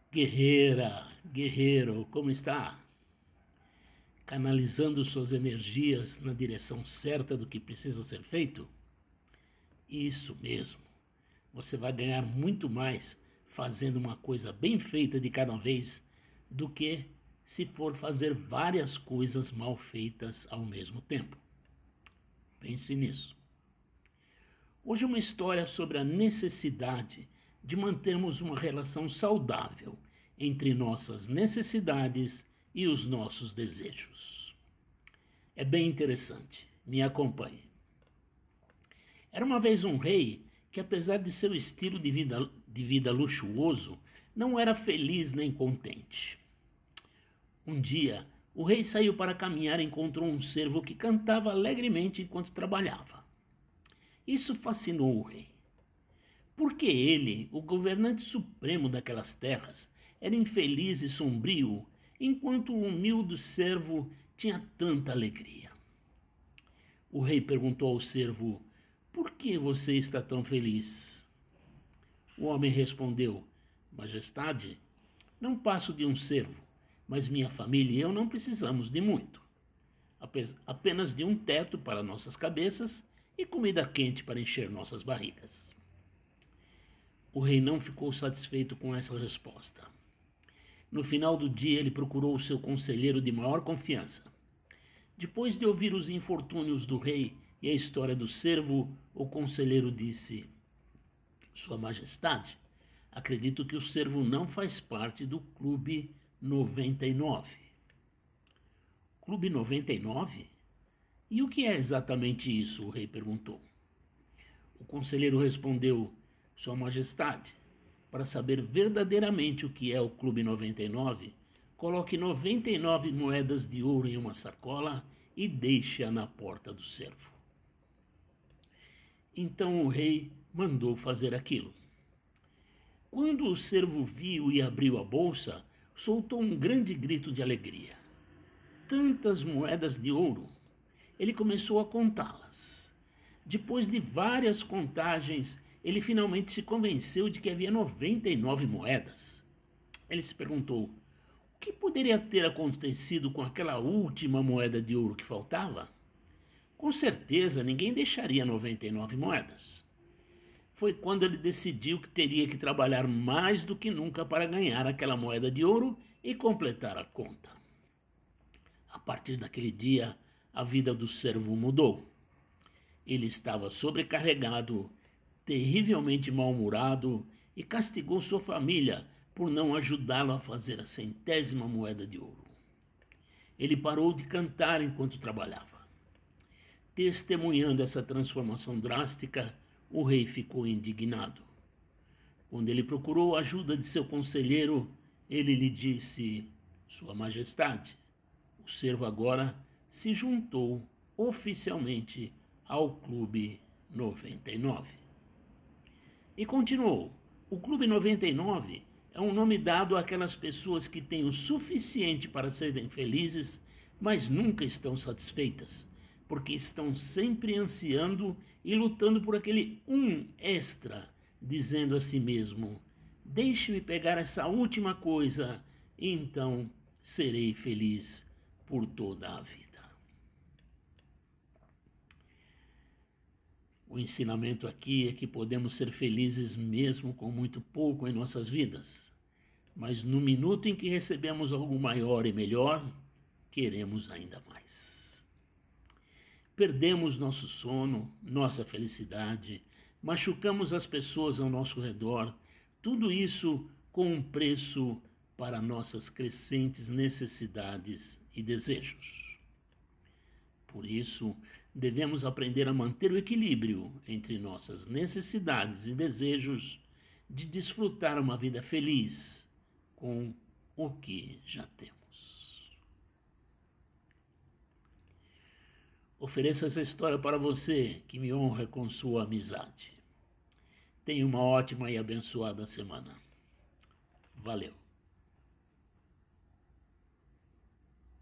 Guerreira, guerreiro, como está? Canalizando suas energias na direção certa do que precisa ser feito? Isso mesmo. Você vai ganhar muito mais fazendo uma coisa bem feita de cada vez do que se for fazer várias coisas mal feitas ao mesmo tempo. Pense nisso. Hoje uma história sobre a necessidade de mantermos uma relação saudável entre nossas necessidades e os nossos desejos. É bem interessante. Me acompanhe. Era uma vez um rei que, apesar de seu estilo de vida luxuoso, não era feliz nem contente. Um dia, o rei saiu para caminhar e encontrou um cervo que cantava alegremente enquanto trabalhava. Isso fascinou o rei. Porque ele, o governante supremo daquelas terras, era infeliz e sombrio, enquanto o humilde servo tinha tanta alegria. O rei perguntou ao servo: "Por que você está tão feliz?" O homem respondeu: "Majestade, não passo de um servo, mas minha família e eu não precisamos de muito. Apenas de um teto para nossas cabeças e comida quente para encher nossas barrigas." O rei não ficou satisfeito com essa resposta. No final do dia, ele procurou o seu conselheiro de maior confiança. Depois de ouvir os infortúnios do rei e a história do servo, o conselheiro disse: "Sua Majestade, acredito que o servo não faz parte do Clube 99." Clube 99? E o que é exatamente isso? O rei perguntou. O conselheiro respondeu: "Sua Majestade, para saber verdadeiramente o que é o Clube 99, coloque 99 moedas de ouro em uma sacola e deixe-a na porta do servo." Então o rei mandou fazer aquilo. Quando o servo viu e abriu a bolsa, soltou um grande grito de alegria. Tantas moedas de ouro! Ele começou a contá-las. Depois de várias contagens, ele finalmente se convenceu de que havia 99 moedas. Ele se perguntou: o que poderia ter acontecido com aquela última moeda de ouro que faltava? Com certeza ninguém deixaria 99 moedas. Foi quando ele decidiu que teria que trabalhar mais do que nunca para ganhar aquela moeda de ouro e completar a conta. A partir daquele dia, a vida do servo mudou. Ele estava sobrecarregado, terrivelmente mal-humorado e castigou sua família por não ajudá-lo a fazer a 100ª moeda de ouro. Ele parou de cantar enquanto trabalhava. Testemunhando essa transformação drástica, o rei ficou indignado. Quando ele procurou a ajuda de seu conselheiro, ele lhe disse: "Sua Majestade, o servo agora se juntou oficialmente ao Clube 99." E continuou: "O Clube 99 é um nome dado àquelas pessoas que têm o suficiente para serem felizes, mas nunca estão satisfeitas, porque estão sempre ansiando e lutando por aquele extra, dizendo a si mesmo: deixe-me pegar essa última coisa, e então serei feliz por toda a vida." O ensinamento aqui é que podemos ser felizes mesmo com muito pouco em nossas vidas, mas no minuto em que recebemos algo maior e melhor, queremos ainda mais. Perdemos nosso sono, nossa felicidade, machucamos as pessoas ao nosso redor, tudo isso com um preço para nossas crescentes necessidades e desejos. Por isso, devemos aprender a manter o equilíbrio entre nossas necessidades e desejos de desfrutar uma vida feliz com o que já temos. Ofereço essa história para você, que me honra com sua amizade. Tenha uma ótima e abençoada semana. Valeu.